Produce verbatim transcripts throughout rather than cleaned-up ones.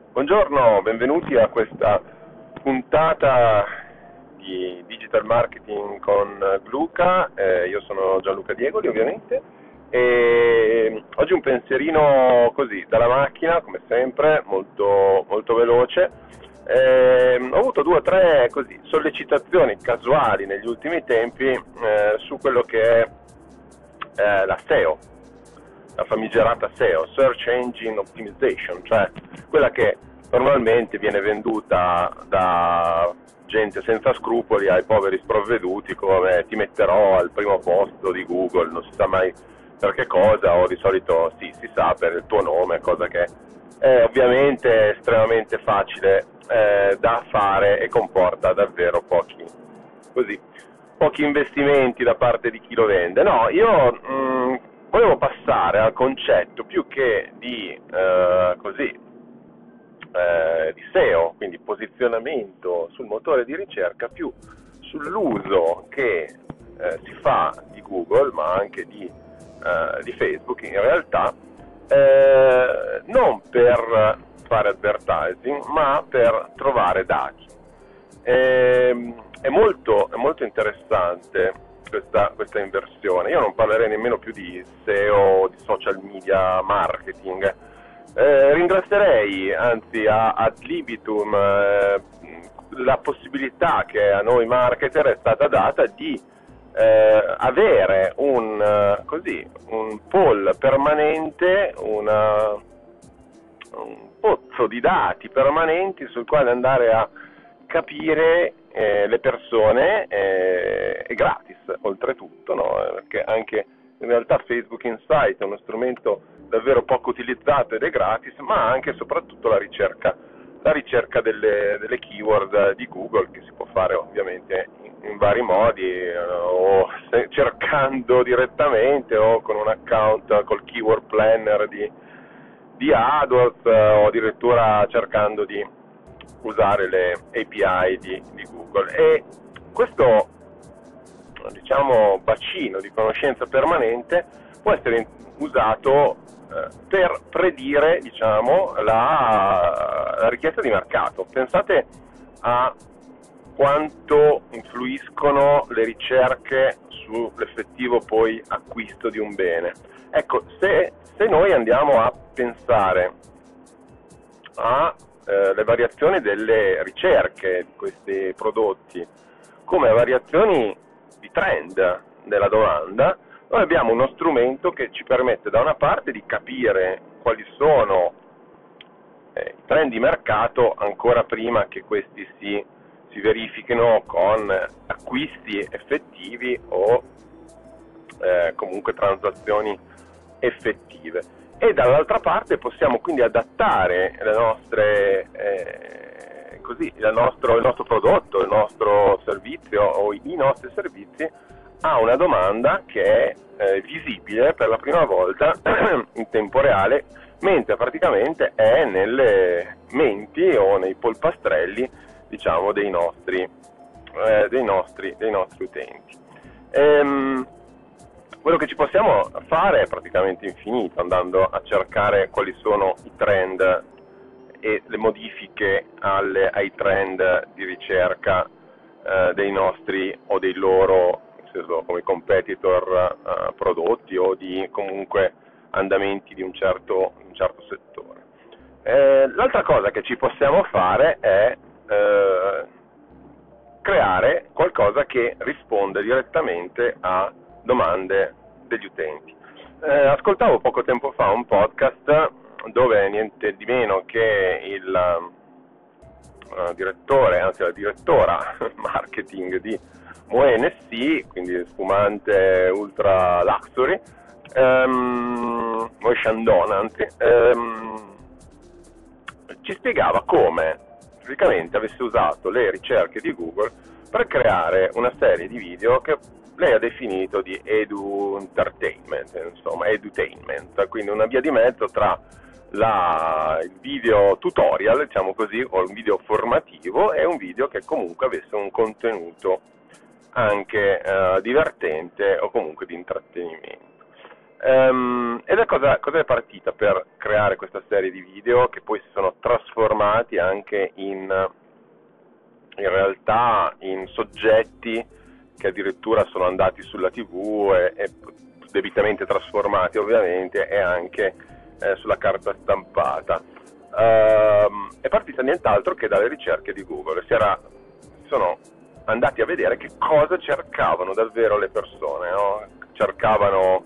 Buongiorno, benvenuti a questa puntata di Digital Marketing con Gluca. Eh, io sono Gianluca Diegoli, ovviamente, e oggi un pensierino così dalla macchina, come sempre, molto, molto veloce. Eh, ho avuto due o tre così sollecitazioni casuali negli ultimi tempi eh, su quello che è eh, la S E O, la famigerata S E O, Search Engine Optimization, cioè quella che normalmente viene venduta da gente senza scrupoli ai poveri sprovveduti come ti metterò al primo posto di Google, non si sa mai per che cosa, o di solito sì, si sa per il tuo nome, cosa che è ovviamente estremamente facile eh, da fare e comporta davvero pochi, così, pochi investimenti da parte di chi lo vende. No, io mh, volevo passare al concetto più che di eh, così eh, di S E O, quindi posizionamento sul motore di ricerca, più sull'uso che eh, si fa di Google, ma anche di, eh, di Facebook in realtà, eh, non per fare advertising, ma per trovare dati. E, è molto, è molto interessante questa, questa inversione. Io non parlerei nemmeno più di S E O, di social media marketing. Eh, ringrazierei anzi a, ad libitum eh, la possibilità che a noi marketer è stata data di eh, avere un, eh, così, un pool permanente, una, un pozzo di dati permanenti sul quale andare a capire eh, le persone eh, è gratis oltretutto, no? Perché anche in realtà Facebook Insight è uno strumento davvero poco utilizzato ed è gratis, ma anche e soprattutto la ricerca, la ricerca delle, delle keyword di Google, che si può fare ovviamente in, in vari modi, eh, o se, cercando direttamente o con un account col keyword planner di, di AdWords, eh, o addirittura cercando di usare le A P I di, di Google. E questo, diciamo, bacino di conoscenza permanente può essere usato eh, per predire, diciamo, la, la richiesta di mercato. Pensate a quanto influiscono le ricerche sull'effettivo poi acquisto di un bene. Ecco, se, se noi andiamo a pensare a eh, le variazioni delle ricerche di questi prodotti come variazioni di trend della domanda, noi abbiamo uno strumento che ci permette da una parte di capire quali sono eh, i trend di mercato ancora prima che questi si, si verifichino con acquisti effettivi o eh, comunque transazioni effettive, e dall'altra parte possiamo quindi adattare le nostre eh, così il nostro, il nostro prodotto, il nostro servizio o i nostri servizi a una domanda che è eh, visibile per la prima volta in tempo reale, mentre praticamente è nelle menti o nei polpastrelli, diciamo, dei nostri, eh, dei nostri, dei nostri utenti. Ehm, quello che ci possiamo fare è praticamente infinito, andando a cercare quali sono i trend e le modifiche alle, ai trend di ricerca eh, dei nostri o dei loro, nel senso, come competitor eh, prodotti, o di comunque andamenti di un certo, un certo settore. Eh, l'altra cosa che ci possiamo fare è eh, creare qualcosa che risponde direttamente a domande degli utenti. Eh, ascoltavo poco tempo fa un podcast dove niente di meno che il uh, direttore, anzi la direttora marketing di Moët Hennessy, quindi spumante ultra luxury, um, Moët Chandon anzi, um, ci spiegava come praticamente avesse usato le ricerche di Google per creare una serie di video che lei ha definito di edu entertainment, insomma edutainment, quindi una via di mezzo tra la, il video tutorial, diciamo così, o un video formativo, e un video che comunque avesse un contenuto anche eh, divertente o comunque di intrattenimento. Ehm, ed è cosa, cosa è partita per creare questa serie di video che poi si sono trasformati anche in, in realtà in soggetti che addirittura sono andati sulla tivù e, e debitamente trasformati ovviamente e anche eh, sulla carta stampata. Ehm, è partita nient'altro che dalle ricerche di Google. Si era, sono andati a vedere che cosa cercavano davvero le persone, no? Cercavano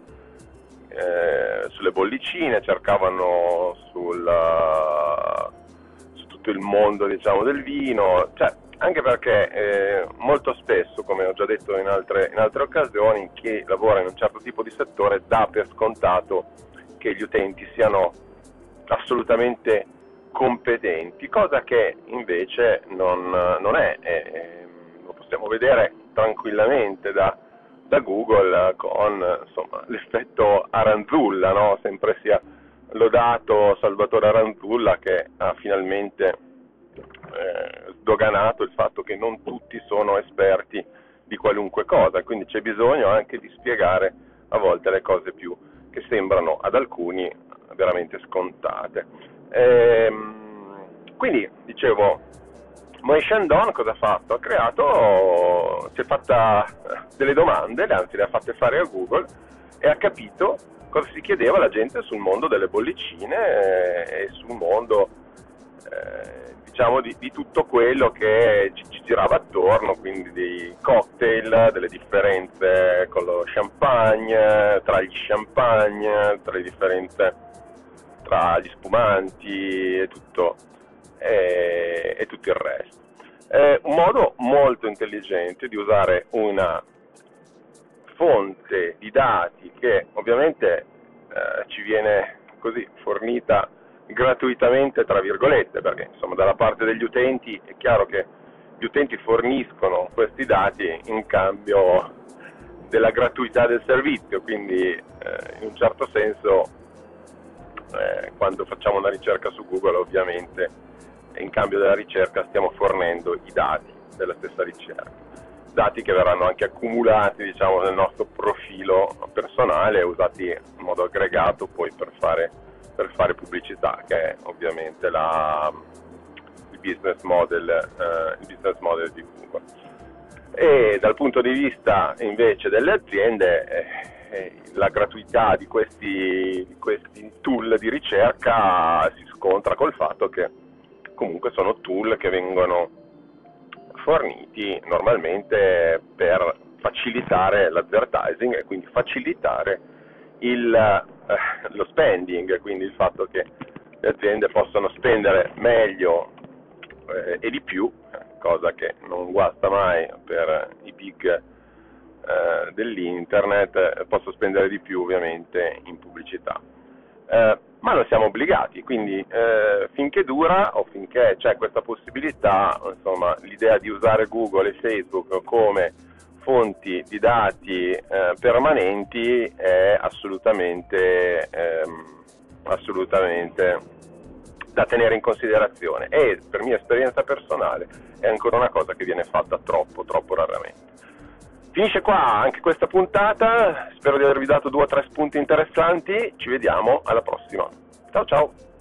eh, sulle bollicine, cercavano sul, uh, su tutto il mondo, diciamo, del vino, cioè, anche perché eh, molto spesso, come ho già detto in altre, in altre occasioni, chi lavora in un certo tipo di settore dà per scontato che gli utenti siano assolutamente competenti, cosa che invece non, non è, e lo possiamo vedere tranquillamente da, da Google con insomma, l'effetto Aranzulla, no? Sempre sia lodato Salvatore Aranzulla che ha finalmente eh, sdoganato il fatto che non tutti sono esperti di qualunque cosa, quindi c'è bisogno anche di spiegare a volte le cose più che sembrano ad alcuni veramente scontate. Ehm, quindi dicevo, Moe Shandong cosa ha fatto? Ha creato, si è fatta delle domande, anzi le ha fatte fare a Google e ha capito cosa si chiedeva la gente sul mondo delle bollicine e sul mondo eh, diciamo di, di tutto quello che ci, ci girava attorno, quindi dei cocktail, delle differenze con lo champagne, tra gli champagne, tra le differenze tra gli spumanti e tutto, e, e tutto il resto. È un modo molto intelligente di usare una fonte di dati che ovviamente eh, ci viene così fornita gratuitamente, tra virgolette, perché insomma dalla parte degli utenti è chiaro che gli utenti forniscono questi dati in cambio della gratuità del servizio, quindi eh, in un certo senso eh, quando facciamo una ricerca su Google ovviamente in cambio della ricerca stiamo fornendo i dati della stessa ricerca, dati che verranno anche accumulati, diciamo, nel nostro profilo personale e usati in modo aggregato poi per fare, per fare pubblicità, che è ovviamente la, il business model, eh, il business model di Google. E dal punto di vista invece delle aziende eh, eh, la gratuità di questi, di questi tool di ricerca si scontra col fatto che comunque sono tool che vengono forniti normalmente per facilitare l'advertising e quindi facilitare il, eh, lo spending, quindi il fatto che le aziende possano spendere meglio eh, e di più, cosa che non guasta mai per i big eh, dell'internet, eh, posso spendere di più ovviamente in pubblicità. Eh, ma non siamo obbligati, quindi eh, finché dura o finché c'è questa possibilità, insomma, l'idea di usare Google e Facebook come fonti di dati eh, permanenti è assolutamente, ehm, assolutamente da tenere in considerazione e per mia esperienza personale è ancora una cosa che viene fatta troppo, troppo raramente. Finisce qua anche questa puntata, spero di avervi dato due o tre spunti interessanti, ci vediamo alla prossima. Ciao ciao!